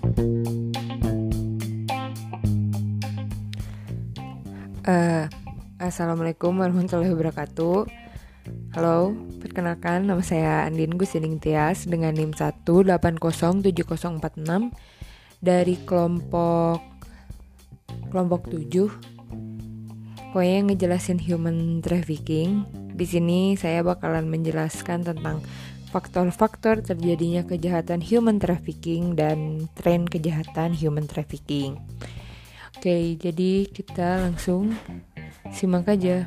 Assalamualaikum warahmatullahi wabarakatuh. Halo, perkenalkan nama saya Andin Gusining Tias dengan NIM 1807046 dari kelompok 7. Pokoknya ngejelasin human trafficking. Di sini saya bakalan menjelaskan tentang faktor-faktor terjadinya kejahatan human trafficking dan tren kejahatan human trafficking. Oke, jadi kita langsung simak aja.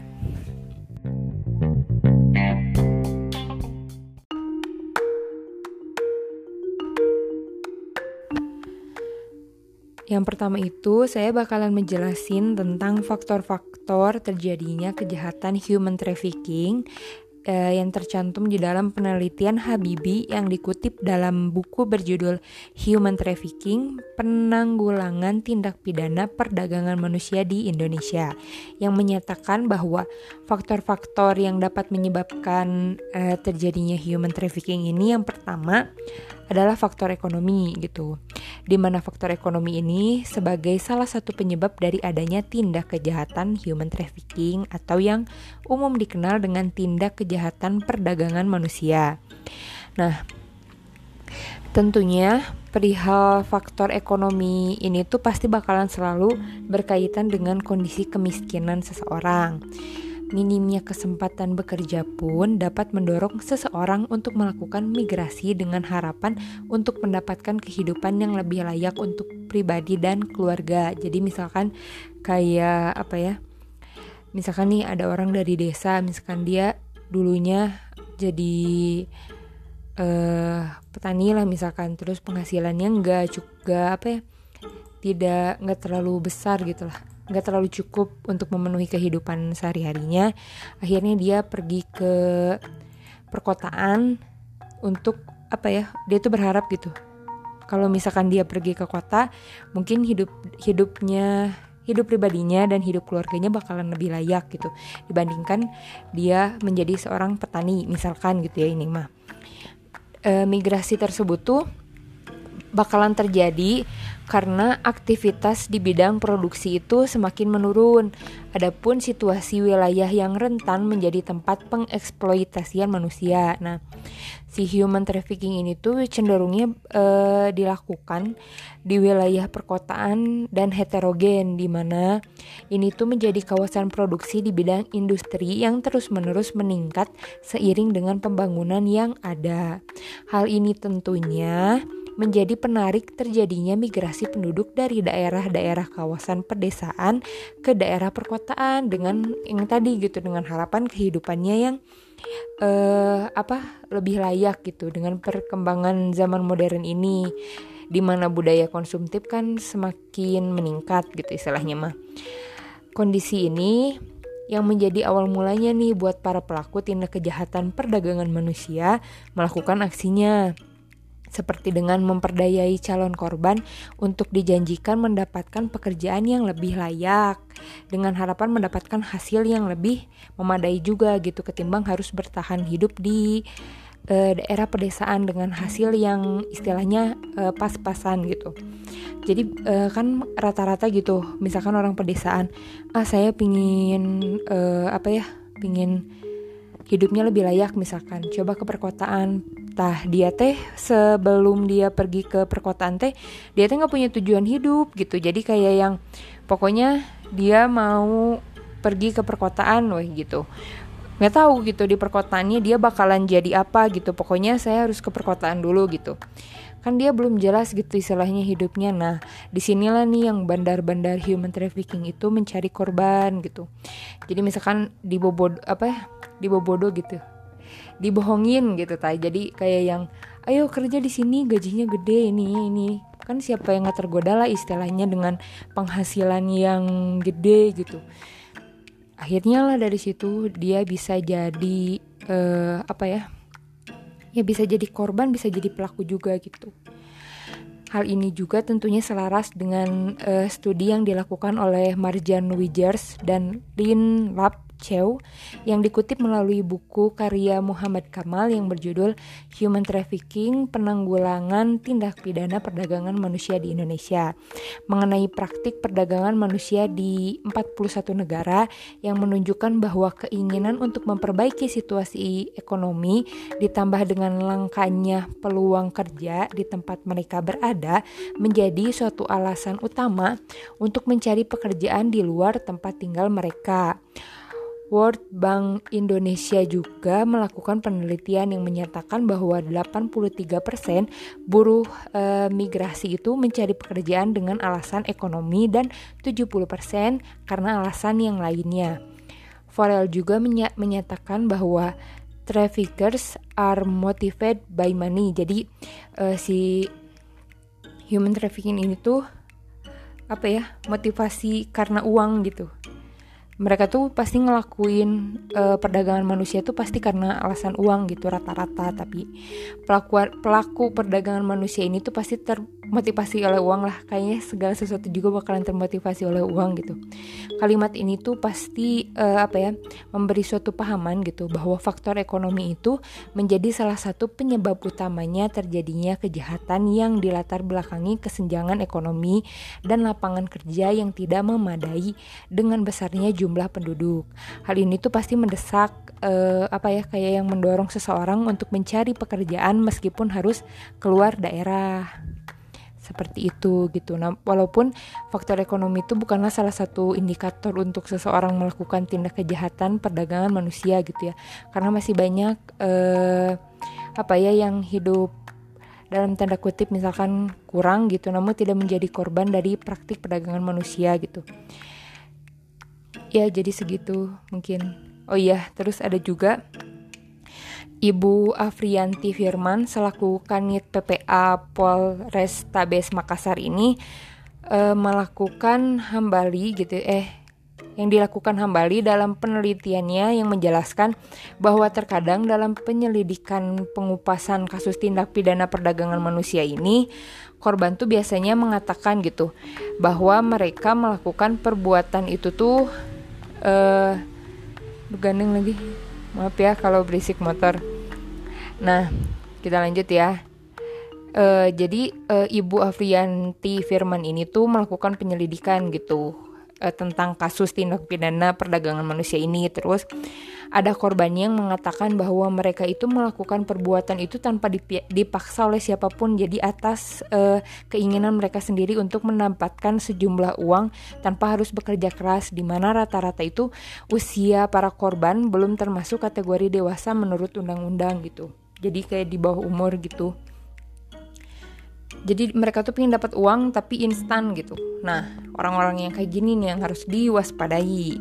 Yang pertama itu saya bakalan menjelasin tentang faktor-faktor terjadinya kejahatan human trafficking yang tercantum di dalam penelitian Habibie yang dikutip dalam buku berjudul Human Trafficking, Penanggulangan Tindak Pidana Perdagangan Manusia di Indonesia, yang menyatakan bahwa faktor-faktor yang dapat menyebabkan terjadinya human trafficking ini yang pertama adalah faktor ekonomi gitu. Di mana faktor ekonomi ini sebagai salah satu penyebab dari adanya tindak kejahatan human trafficking atau yang umum dikenal dengan tindak kejahatan perdagangan manusia. Nah, tentunya perihal faktor ekonomi ini tuh pasti bakalan selalu berkaitan dengan kondisi kemiskinan seseorang. Minimnya kesempatan bekerja pun dapat mendorong seseorang untuk melakukan migrasi dengan harapan untuk mendapatkan kehidupan yang lebih layak untuk pribadi dan keluarga. Jadi misalkan kayak misalkan nih ada orang dari desa, misalkan dia dulunya jadi petani lah misalkan, terus penghasilannya nggak terlalu besar gitu lah, nggak terlalu cukup untuk memenuhi kehidupan sehari-harinya. Akhirnya dia pergi ke perkotaan untuk dia tuh berharap gitu, kalau misalkan dia pergi ke kota, mungkin hidup pribadinya dan hidup keluarganya bakalan lebih layak gitu dibandingkan dia menjadi seorang petani misalkan gitu ya. Ini mah migrasi tersebut tuh bakalan terjadi karena aktivitas di bidang produksi itu semakin menurun. Adapun situasi wilayah yang rentan menjadi tempat pengeksploitasian manusia. Nah, si human trafficking ini tuh cenderungnya dilakukan di wilayah perkotaan dan heterogen, di mana ini tuh menjadi kawasan produksi di bidang industri yang terus-menerus meningkat seiring dengan pembangunan yang ada. Hal ini tentunya menjadi penarik terjadinya migrasi penduduk dari daerah-daerah kawasan pedesaan ke daerah perkotaan dengan yang tadi gitu, dengan harapan kehidupannya yang lebih layak gitu dengan perkembangan zaman modern ini, di mana budaya konsumtif kan semakin meningkat gitu istilahnya mah. Kondisi ini yang menjadi awal mulanya nih buat para pelaku tindak kejahatan perdagangan manusia melakukan aksinya, seperti dengan memperdayai calon korban untuk dijanjikan mendapatkan pekerjaan yang lebih layak dengan harapan mendapatkan hasil yang lebih memadai juga gitu, ketimbang harus bertahan hidup di daerah pedesaan dengan hasil yang istilahnya pas-pasan gitu. Jadi kan rata-rata gitu, misalkan orang pedesaan, saya pingin hidupnya lebih layak misalkan, coba ke perkotaan. Dia teh sebelum dia pergi ke perkotaan teh, dia teh nggak punya tujuan hidup gitu. Jadi kayak yang pokoknya dia mau pergi ke perkotaan, gitu. Nggak tahu gitu di perkotaannya dia bakalan jadi apa gitu. Pokoknya saya harus ke perkotaan dulu gitu. Kan dia belum jelas gitu istilahnya hidupnya. Nah, disinilah nih yang bandar-bandar human trafficking itu mencari korban gitu. Jadi misalkan dibobodo gitu, dibohongin gitu jadi kayak yang ayo kerja di sini gajinya gede ini kan, siapa yang nggak tergoda lah istilahnya dengan penghasilan yang gede gitu. Akhirnya lah dari situ dia bisa jadi bisa jadi korban, bisa jadi pelaku juga gitu. Hal ini juga tentunya selaras dengan studi yang dilakukan oleh Marjan Wijers dan Lynn Lab Chew yang dikutip melalui buku karya Muhammad Kamal yang berjudul Human Trafficking: Penanggulangan Tindak Pidana Perdagangan Manusia di Indonesia, mengenai praktik perdagangan manusia di 41 negara yang menunjukkan bahwa keinginan untuk memperbaiki situasi ekonomi ditambah dengan langkanya peluang kerja di tempat mereka berada menjadi suatu alasan utama untuk mencari pekerjaan di luar tempat tinggal mereka. World Bank Indonesia juga melakukan penelitian yang menyatakan bahwa 83% buruh migrasi itu mencari pekerjaan dengan alasan ekonomi dan 70% karena alasan yang lainnya. Farrell juga menyatakan bahwa traffickers are motivated by money. Jadi si human trafficking ini tuh motivasi karena uang gitu. Mereka tuh pasti ngelakuin perdagangan manusia tuh pasti karena alasan uang gitu rata-rata. Tapi pelaku perdagangan manusia ini tuh pasti termotivasi oleh uang lah. Kayaknya segala sesuatu juga bakalan termotivasi oleh uang gitu. Kalimat ini tuh pasti memberi suatu pahaman gitu bahwa faktor ekonomi itu menjadi salah satu penyebab utamanya terjadinya kejahatan yang dilatar belakangi kesenjangan ekonomi dan lapangan kerja yang tidak memadai dengan besarnya jumlah penduduk. Hal ini tuh pasti mendesak kayak yang mendorong seseorang untuk mencari pekerjaan meskipun harus keluar daerah. Seperti itu gitu. Nah, walaupun faktor ekonomi itu bukanlah salah satu indikator untuk seseorang melakukan tindak kejahatan perdagangan manusia gitu ya. Karena masih banyak yang hidup dalam tanda kutip misalkan kurang gitu, namun tidak menjadi korban dari praktik perdagangan manusia gitu. Ya, jadi segitu mungkin. Oh iya, terus ada juga Ibu Afriyanti Firman selaku Kanit PPA Polrestabes Makassar ini melakukan hambali gitu yang dilakukan Hambali dalam penelitiannya yang menjelaskan bahwa terkadang dalam penyelidikan pengupasan kasus tindak pidana perdagangan manusia ini, korban tuh biasanya mengatakan gitu bahwa mereka melakukan perbuatan itu tuh gandeng lagi. Maaf ya kalau berisik motor. Nah, kita lanjut ya. Jadi Ibu Afriyanti Firman ini tuh melakukan penyelidikan gitu tentang kasus tindak pidana perdagangan manusia ini. Terus ada korban yang mengatakan bahwa mereka itu melakukan perbuatan itu tanpa dipaksa oleh siapapun. Jadi atas keinginan mereka sendiri untuk mendapatkan sejumlah uang tanpa harus bekerja keras, di mana rata-rata itu usia para korban belum termasuk kategori dewasa menurut undang-undang gitu. Jadi kayak di bawah umur gitu. Jadi mereka tuh pengen dapat uang tapi instan gitu. Nah, orang-orang yang kayak gini nih yang harus diwaspadai.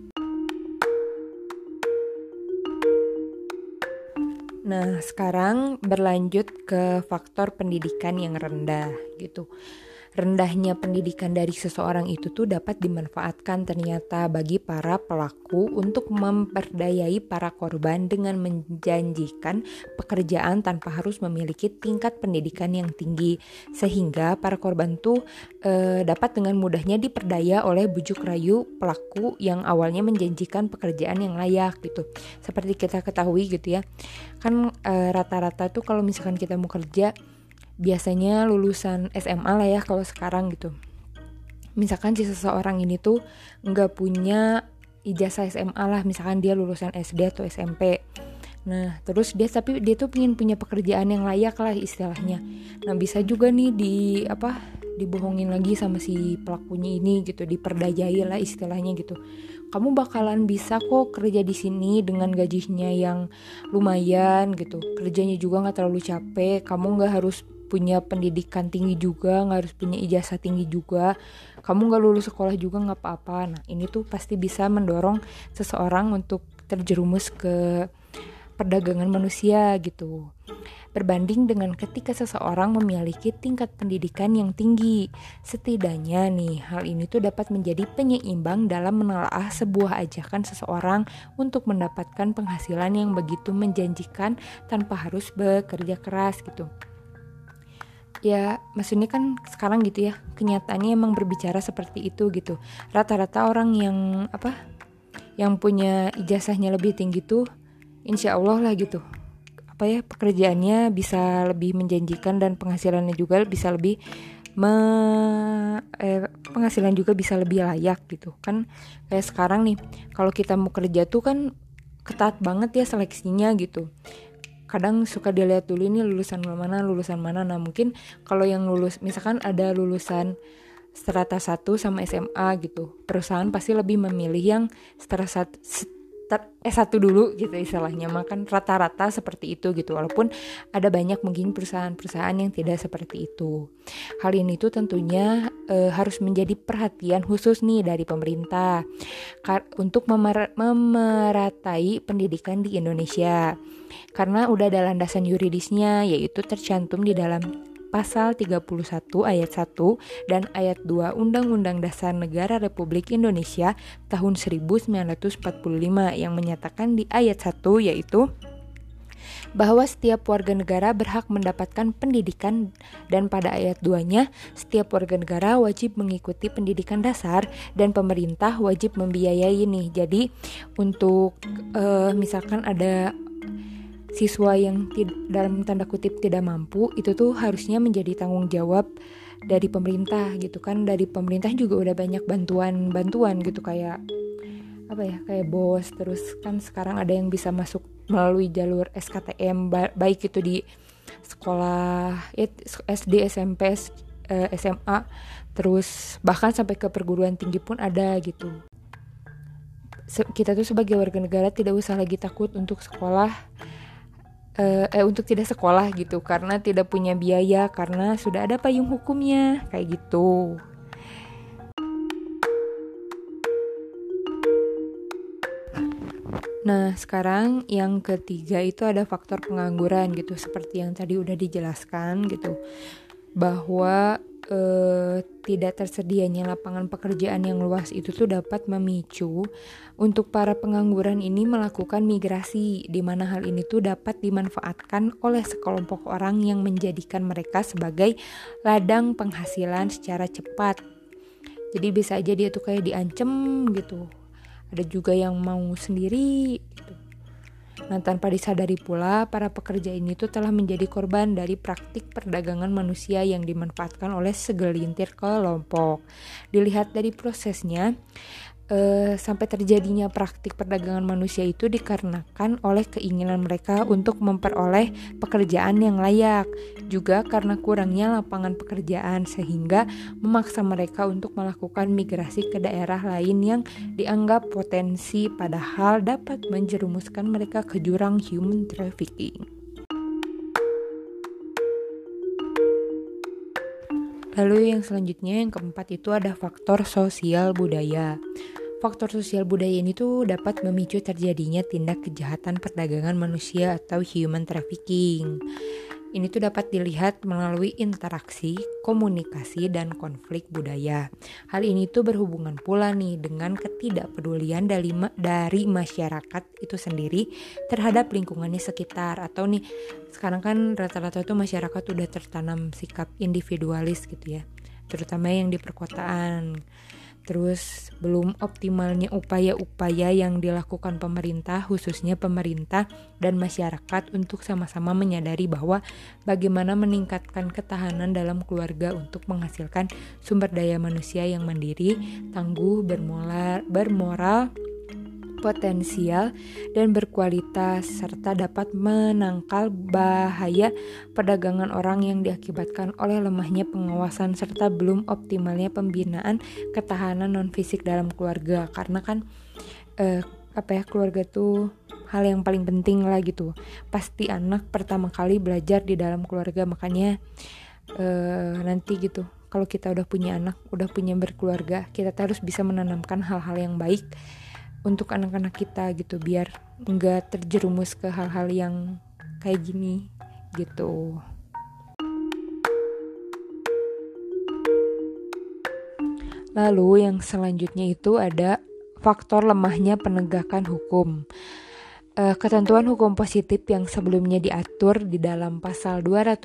Nah, sekarang berlanjut ke faktor pendidikan yang rendah gitu. Rendahnya pendidikan dari seseorang itu tuh dapat dimanfaatkan ternyata bagi para pelaku untuk memperdayai para korban dengan menjanjikan pekerjaan tanpa harus memiliki tingkat pendidikan yang tinggi, sehingga para korban tuh dapat dengan mudahnya diperdaya oleh bujuk rayu pelaku yang awalnya menjanjikan pekerjaan yang layak gitu. Seperti kita ketahui gitu ya, kan rata-rata tuh kalau misalkan kita mau kerja biasanya lulusan SMA lah ya kalau sekarang gitu. Misalkan si seseorang ini tuh nggak punya ijazah SMA lah, misalkan dia lulusan SD atau SMP. Nah, terus dia tuh pengen punya pekerjaan yang layak lah istilahnya. Nah, bisa juga nih dibohongin lagi sama si pelakunya ini gitu, diperdayai lah istilahnya gitu. Kamu bakalan bisa kok kerja di sini dengan gajinya yang lumayan gitu. Kerjanya juga nggak terlalu capek. Kamu nggak harus punya pendidikan tinggi juga, nggak harus punya ijazah tinggi juga, kamu nggak lulus sekolah juga nggak apa-apa. Nah, ini tuh pasti bisa mendorong seseorang untuk terjerumus ke perdagangan manusia gitu. Berbanding dengan ketika seseorang memiliki tingkat pendidikan yang tinggi. Setidaknya nih, hal ini tuh dapat menjadi penyeimbang dalam menelaah sebuah ajakan seseorang untuk mendapatkan penghasilan yang begitu menjanjikan tanpa harus bekerja keras gitu. Ya, maksudnya kan sekarang gitu ya, kenyataannya emang berbicara seperti itu gitu. Rata-rata orang yang yang punya ijazahnya lebih tinggi tuh insya Allah lah gitu, pekerjaannya bisa lebih menjanjikan dan penghasilannya juga bisa lebih penghasilan juga bisa lebih layak gitu kan. Kayak sekarang nih, kalau kita mau kerja tuh kan ketat banget ya seleksinya gitu. Kadang suka dilihat dulu ini lulusan mana. Nah mungkin kalau yang lulus, misalkan ada lulusan strata 1 sama SMA gitu, perusahaan pasti lebih memilih yang strata S1 dulu gitu istilahnya. Makan rata-rata seperti itu gitu, walaupun ada banyak mungkin perusahaan-perusahaan yang tidak seperti itu. Hal ini tuh tentunya harus menjadi perhatian khusus nih dari pemerintah untuk memeratai pendidikan di Indonesia, karena udah ada landasan yuridisnya, yaitu tercantum di dalam Pasal 31 ayat 1 dan ayat 2 Undang-Undang Dasar Negara Republik Indonesia tahun 1945 yang menyatakan di ayat 1 yaitu bahwa setiap warga negara berhak mendapatkan pendidikan, dan pada ayat 2-nya setiap warga negara wajib mengikuti pendidikan dasar dan pemerintah wajib membiayai nih. Jadi untuk misalkan ada siswa yang dalam tanda kutip tidak mampu, itu tuh harusnya menjadi tanggung jawab dari pemerintah gitu kan. Dari pemerintah juga udah banyak bantuan gitu, kayak kayak BOS. Terus kan sekarang ada yang bisa masuk melalui jalur SKTM, baik itu di sekolah SD, SMP, SMA, terus bahkan sampai ke perguruan tinggi pun ada gitu. Kita tuh sebagai warga negara tidak usah lagi takut untuk untuk tidak sekolah gitu, karena tidak punya biaya, karena sudah ada payung hukumnya kayak gitu. Nah, sekarang yang ketiga itu ada faktor pengangguran gitu, seperti yang tadi udah dijelaskan gitu, bahwa tidak tersedianya lapangan pekerjaan yang luas itu tuh dapat memicu untuk para pengangguran ini melakukan migrasi, di mana hal ini tuh dapat dimanfaatkan oleh sekelompok orang yang menjadikan mereka sebagai ladang penghasilan secara cepat. Jadi bisa aja dia tuh kayak diancem gitu. Ada juga yang mau sendiri gitu. Nah, tanpa disadari pula, para pekerja ini tuh telah menjadi korban dari praktik perdagangan manusia yang dimanfaatkan oleh segelintir kelompok. Dilihat dari prosesnya, sampai terjadinya praktik perdagangan manusia itu dikarenakan oleh keinginan mereka untuk memperoleh pekerjaan yang layak, juga karena kurangnya lapangan pekerjaan, sehingga memaksa mereka untuk melakukan migrasi ke daerah lain yang dianggap potensi, padahal dapat menjerumuskan mereka ke jurang human trafficking. Lalu yang selanjutnya, yang keempat itu ada faktor sosial budaya. Faktor sosial budaya ini tuh dapat memicu terjadinya tindak kejahatan perdagangan manusia atau human trafficking. Ini tuh dapat dilihat melalui interaksi, komunikasi, dan konflik budaya. Hal ini tuh berhubungan pula nih dengan ketidakpedulian dari masyarakat itu sendiri terhadap lingkungannya sekitar. Atau nih, sekarang kan rata-rata tuh masyarakat udah tertanam sikap individualis gitu ya, terutama yang di perkotaan. Terus belum optimalnya upaya-upaya yang dilakukan pemerintah, khususnya pemerintah dan masyarakat, untuk sama-sama menyadari bahwa bagaimana meningkatkan ketahanan dalam keluarga untuk menghasilkan sumber daya manusia yang mandiri, tangguh, bermoral, potensial, dan berkualitas, serta dapat menangkal bahaya perdagangan orang yang diakibatkan oleh lemahnya pengawasan serta belum optimalnya pembinaan ketahanan non-fisik dalam keluarga. Karena kan keluarga tuh hal yang paling penting lah gitu. Pasti anak pertama kali belajar di dalam keluarga, makanya nanti gitu kalau kita udah punya anak, udah punya berkeluarga, kita harus bisa menanamkan hal-hal yang baik untuk anak-anak kita gitu, biar nggak terjerumus ke hal-hal yang kayak gini gitu. Lalu yang selanjutnya itu ada faktor lemahnya penegakan hukum. Ketentuan hukum positif yang sebelumnya diatur di dalam pasal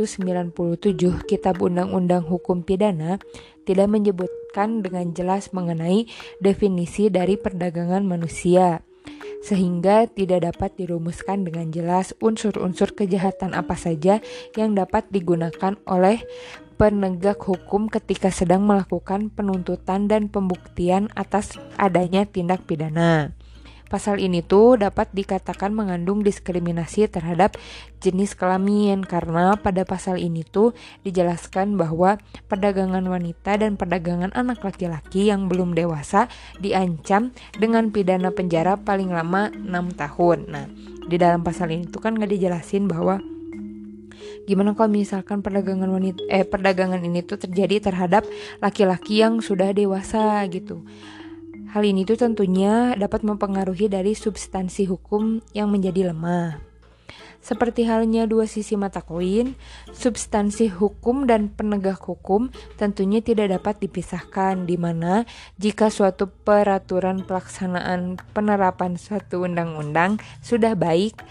297 Kitab Undang-Undang Hukum Pidana tidak menyebutkan dengan jelas mengenai definisi dari perdagangan manusia, sehingga tidak dapat dirumuskan dengan jelas unsur-unsur kejahatan apa saja yang dapat digunakan oleh penegak hukum ketika sedang melakukan penuntutan dan pembuktian atas adanya tindak pidana. Pasal ini tuh dapat dikatakan mengandung diskriminasi terhadap jenis kelamin karena pada pasal ini tuh dijelaskan bahwa perdagangan wanita dan perdagangan anak laki-laki yang belum dewasa diancam dengan pidana penjara paling lama 6 tahun. Nah, di dalam pasal ini tuh kan nggak dijelasin bahwa gimana kalau misalkan perdagangan ini tuh terjadi terhadap laki-laki yang sudah dewasa gitu. Hal ini tuh tentunya dapat mempengaruhi dari substansi hukum yang menjadi lemah. Seperti halnya dua sisi mata koin, substansi hukum dan penegak hukum tentunya tidak dapat dipisahkan, di mana jika suatu peraturan pelaksanaan penerapan suatu undang-undang sudah baik,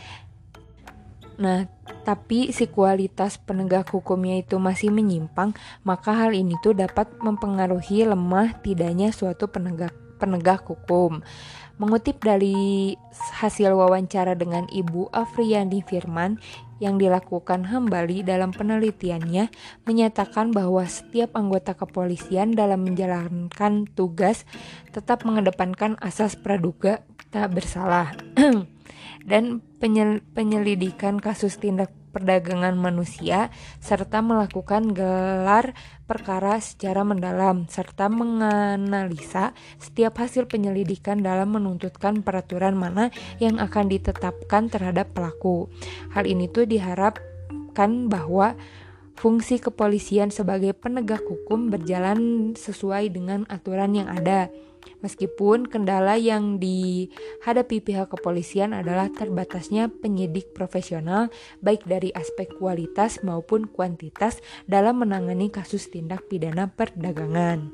nah tapi si kualitas penegak hukumnya itu masih menyimpang, maka hal ini tuh dapat mempengaruhi lemah tidaknya suatu penegak hukum. Mengutip dari hasil wawancara dengan Ibu Afriyani Firman yang dilakukan Hambali dalam penelitiannya, menyatakan bahwa setiap anggota kepolisian dalam menjalankan tugas tetap mengedepankan asas praduga tak bersalah dan penyelidikan kasus tindak perdagangan manusia serta melakukan gelar perkara secara mendalam serta menganalisa setiap hasil penyelidikan dalam menuntutkan peraturan mana yang akan ditetapkan terhadap pelaku. Hal ini tuh diharapkan bahwa fungsi kepolisian sebagai penegak hukum berjalan sesuai dengan aturan yang ada. Meskipun kendala yang dihadapi pihak kepolisian adalah terbatasnya penyidik profesional baik dari aspek kualitas maupun kuantitas dalam menangani kasus tindak pidana perdagangan.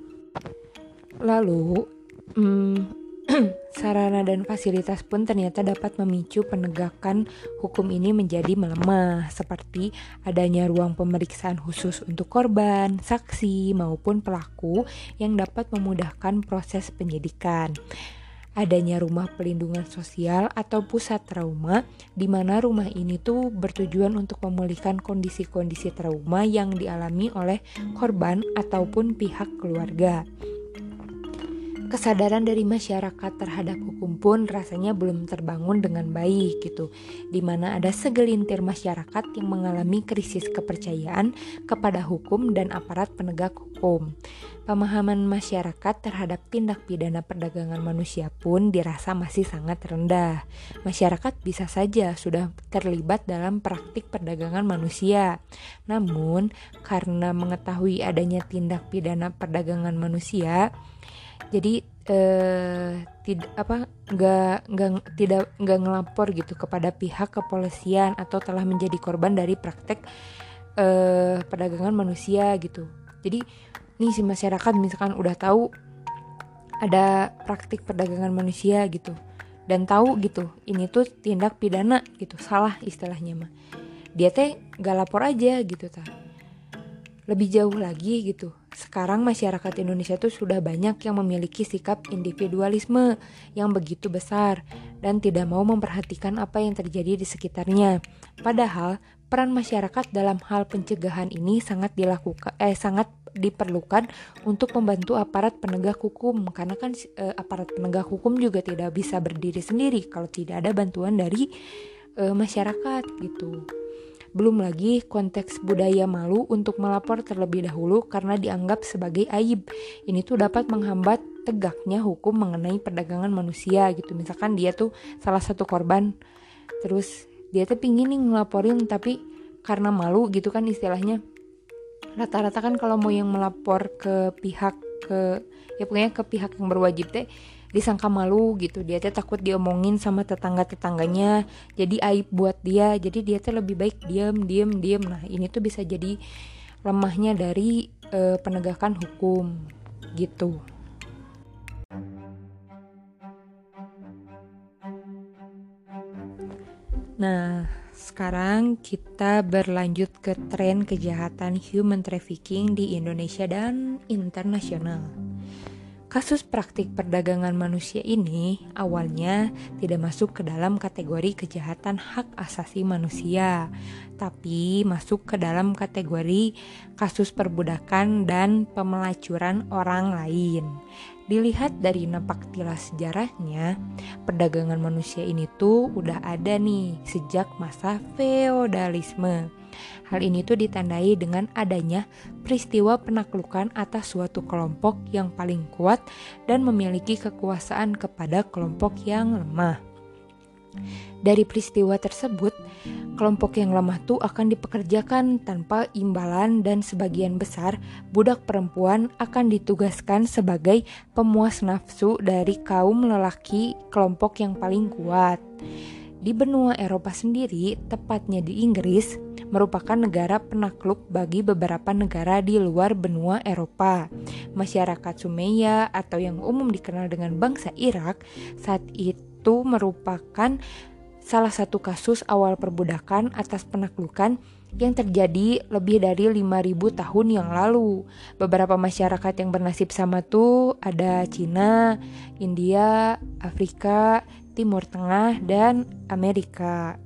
Lalu, sarana dan fasilitas pun ternyata dapat memicu penegakan hukum ini menjadi melemah, seperti adanya ruang pemeriksaan khusus untuk korban, saksi, maupun pelaku yang dapat memudahkan proses penyidikan. Adanya rumah pelindungan sosial atau pusat trauma, di mana rumah ini tuh bertujuan untuk memulihkan kondisi-kondisi trauma yang dialami oleh korban ataupun pihak keluarga. Kesadaran dari masyarakat terhadap hukum pun rasanya belum terbangun dengan baik gitu, di mana ada segelintir masyarakat yang mengalami krisis kepercayaan kepada hukum dan aparat penegak hukum. Pemahaman masyarakat terhadap tindak pidana perdagangan manusia pun dirasa masih sangat rendah. Masyarakat bisa saja sudah terlibat dalam praktik perdagangan manusia. Namun, karena mengetahui adanya tindak pidana perdagangan manusia, jadi tidak ngelapor gitu kepada pihak kepolisian atau telah menjadi korban dari praktek perdagangan manusia gitu. Jadi nih si masyarakat misalkan udah tahu ada praktik perdagangan manusia gitu dan tahu gitu ini tuh tindak pidana gitu, salah istilahnya mah, dia teh gak lapor aja gitu ta. Lebih jauh lagi gitu, sekarang masyarakat Indonesia tuh sudah banyak yang memiliki sikap individualisme yang begitu besar dan tidak mau memperhatikan apa yang terjadi di sekitarnya. Padahal peran masyarakat dalam hal pencegahan ini sangat diperlukan untuk membantu aparat penegak hukum, karena kan aparat penegak hukum juga tidak bisa berdiri sendiri kalau tidak ada bantuan dari masyarakat gitu. Belum lagi konteks budaya malu untuk melapor terlebih dahulu karena dianggap sebagai aib. Ini tuh dapat menghambat tegaknya hukum mengenai perdagangan manusia gitu. Misalkan dia tuh salah satu korban, terus dia tuh pingin nih ngelaporin tapi karena malu gitu kan istilahnya. Rata-rata kan kalau mau yang melapor ke pihak yang berwajib teh disangka malu gitu, dia teh takut diomongin sama tetangga-tetangganya, jadi aib buat dia, jadi dia teh lebih baik diam. Nah ini tuh bisa jadi lemahnya dari penegakan hukum gitu. Nah, sekarang kita berlanjut ke tren kejahatan human trafficking di Indonesia dan internasional. Kasus praktik perdagangan manusia ini awalnya tidak masuk ke dalam kategori kejahatan hak asasi manusia, tapi masuk ke dalam kategori kasus perbudakan dan pemelacuran orang lain. Dilihat dari napak tilas sejarahnya, perdagangan manusia ini tuh udah ada nih sejak masa feodalisme. Hal ini tuh ditandai dengan adanya peristiwa penaklukan atas suatu kelompok yang paling kuat dan memiliki kekuasaan kepada kelompok yang lemah. Dari peristiwa tersebut, kelompok yang lemah tuh akan dipekerjakan tanpa imbalan dan sebagian besar budak perempuan akan ditugaskan sebagai pemuas nafsu dari kaum lelaki kelompok yang paling kuat. Di benua Eropa sendiri, tepatnya di Inggris, merupakan negara penakluk bagi beberapa negara di luar benua Eropa. Masyarakat Sumeya atau yang umum dikenal dengan bangsa Irak saat itu merupakan salah satu kasus awal perbudakan atas penaklukan yang terjadi lebih dari 5.000 tahun yang lalu. Beberapa masyarakat yang bernasib sama tuh ada Cina, India, Afrika, Timur Tengah, dan Amerika.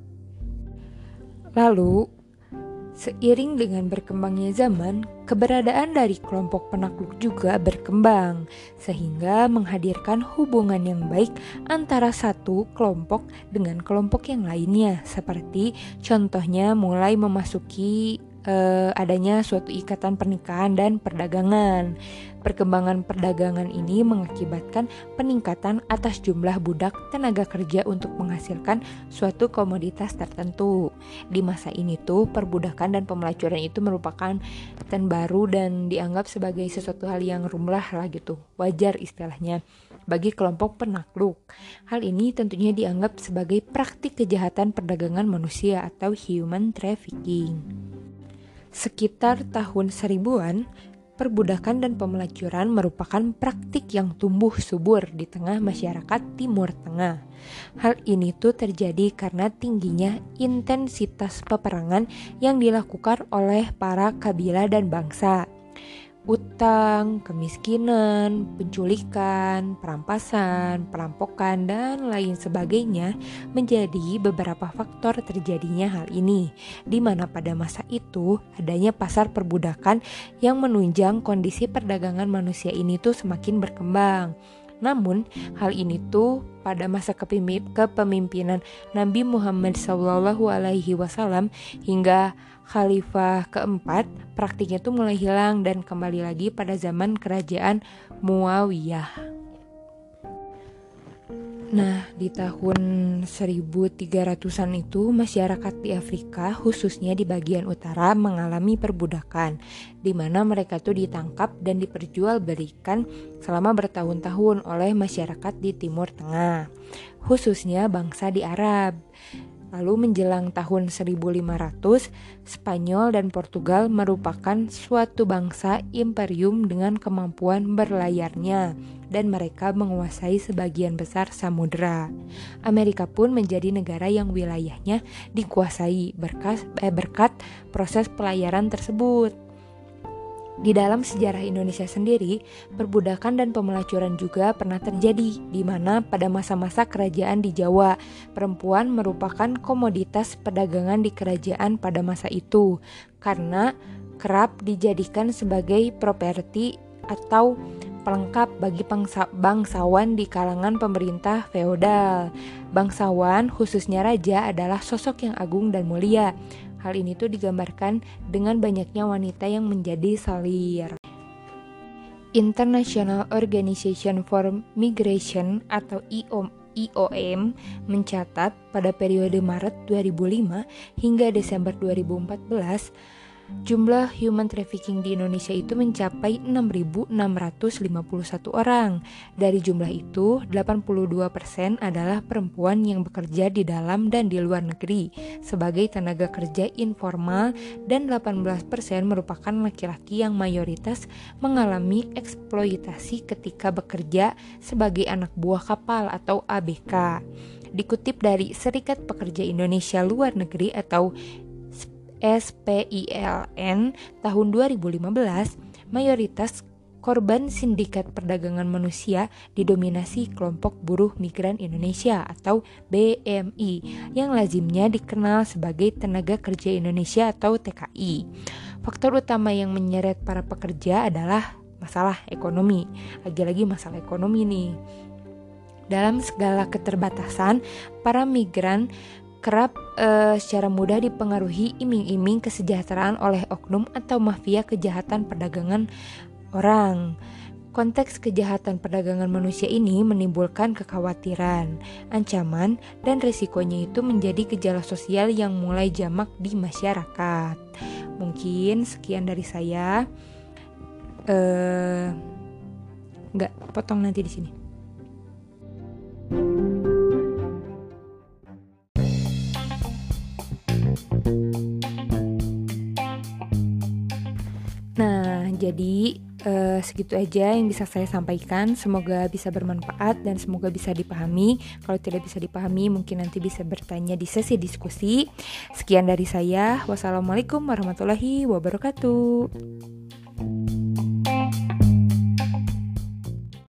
Lalu, seiring dengan berkembangnya zaman, keberadaan dari kelompok penakluk juga berkembang, sehingga menghadirkan hubungan yang baik antara satu kelompok dengan kelompok yang lainnya, seperti contohnya mulai memasuki adanya suatu ikatan pernikahan dan perdagangan. Perkembangan perdagangan ini mengakibatkan peningkatan atas jumlah budak tenaga kerja untuk menghasilkan suatu komoditas tertentu. Di masa ini tuh perbudakan dan pemelacuran itu merupakan tren baru dan dianggap sebagai sesuatu hal yang lumrah lah gitu, wajar istilahnya bagi kelompok penakluk. Hal ini tentunya dianggap sebagai praktik kejahatan perdagangan manusia atau human trafficking. Sekitar tahun 1000-an, perbudakan dan pemelacuran merupakan praktik yang tumbuh subur di tengah masyarakat Timur Tengah. Hal ini tuh terjadi karena tingginya intensitas peperangan yang dilakukan oleh para kabilah dan bangsa. Utang, kemiskinan, penculikan, perampasan, perampokan, dan lain sebagainya menjadi beberapa faktor terjadinya hal ini, di mana pada masa itu adanya pasar perbudakan yang menunjang kondisi perdagangan manusia ini tuh semakin berkembang. Namun, hal ini tuh pada masa kepemimpinan Nabi Muhammad SAW hingga Khalifah keempat, praktiknya tuh mulai hilang dan kembali lagi pada zaman kerajaan Muawiyah. Nah, di tahun 1300-an itu masyarakat di Afrika, khususnya di bagian utara, mengalami perbudakan, di mana mereka tuh ditangkap dan diperjualbelikan selama bertahun-tahun oleh masyarakat di Timur Tengah, khususnya bangsa di Arab. Lalu menjelang tahun 1500, Spanyol dan Portugal merupakan suatu bangsa imperium dengan kemampuan berlayarnya dan mereka menguasai sebagian besar samudera. Amerika pun menjadi negara yang wilayahnya dikuasai berkat proses pelayaran tersebut. Di dalam sejarah Indonesia sendiri, perbudakan dan pemelacuran juga pernah terjadi, di mana pada masa-masa kerajaan di Jawa, perempuan merupakan komoditas perdagangan di kerajaan pada masa itu, karena kerap dijadikan sebagai properti atau pelengkap bagi bangsawan di kalangan pemerintah feodal. Bangsawan, khususnya raja, adalah sosok yang agung dan mulia. Hal ini tuh digambarkan dengan banyaknya wanita yang menjadi salir. International Organization for Migration atau IOM mencatat pada periode Maret 2005 hingga Desember 2014, jumlah human trafficking di Indonesia itu mencapai 6.651 orang. Dari jumlah itu, 82% adalah perempuan yang bekerja di dalam dan di luar negeri sebagai tenaga kerja informal dan 18% merupakan laki-laki yang mayoritas mengalami eksploitasi ketika bekerja sebagai anak buah kapal atau ABK. Dikutip dari Serikat Pekerja Indonesia Luar Negeri atau SPILN tahun 2015, mayoritas korban sindikat perdagangan manusia didominasi kelompok buruh migran Indonesia atau BMI yang lazimnya dikenal sebagai tenaga kerja Indonesia atau TKI. Faktor utama yang menyeret para pekerja adalah masalah ekonomi. Lagi-lagi masalah ekonomi nih. Dalam segala keterbatasan, para migran kerap secara mudah dipengaruhi iming-iming kesejahteraan oleh oknum atau mafia kejahatan perdagangan orang. Konteks kejahatan perdagangan manusia ini menimbulkan kekhawatiran, ancaman, dan risikonya itu menjadi gejala sosial yang mulai jamak di masyarakat. Mungkin sekian dari saya. Nggak, potong nanti di sini. Nah, jadi segitu aja yang bisa saya sampaikan. Semoga bisa bermanfaat dan semoga bisa dipahami. Kalau tidak bisa dipahami, mungkin nanti bisa bertanya di sesi diskusi. Sekian dari saya. Wassalamualaikum warahmatullahi wabarakatuh.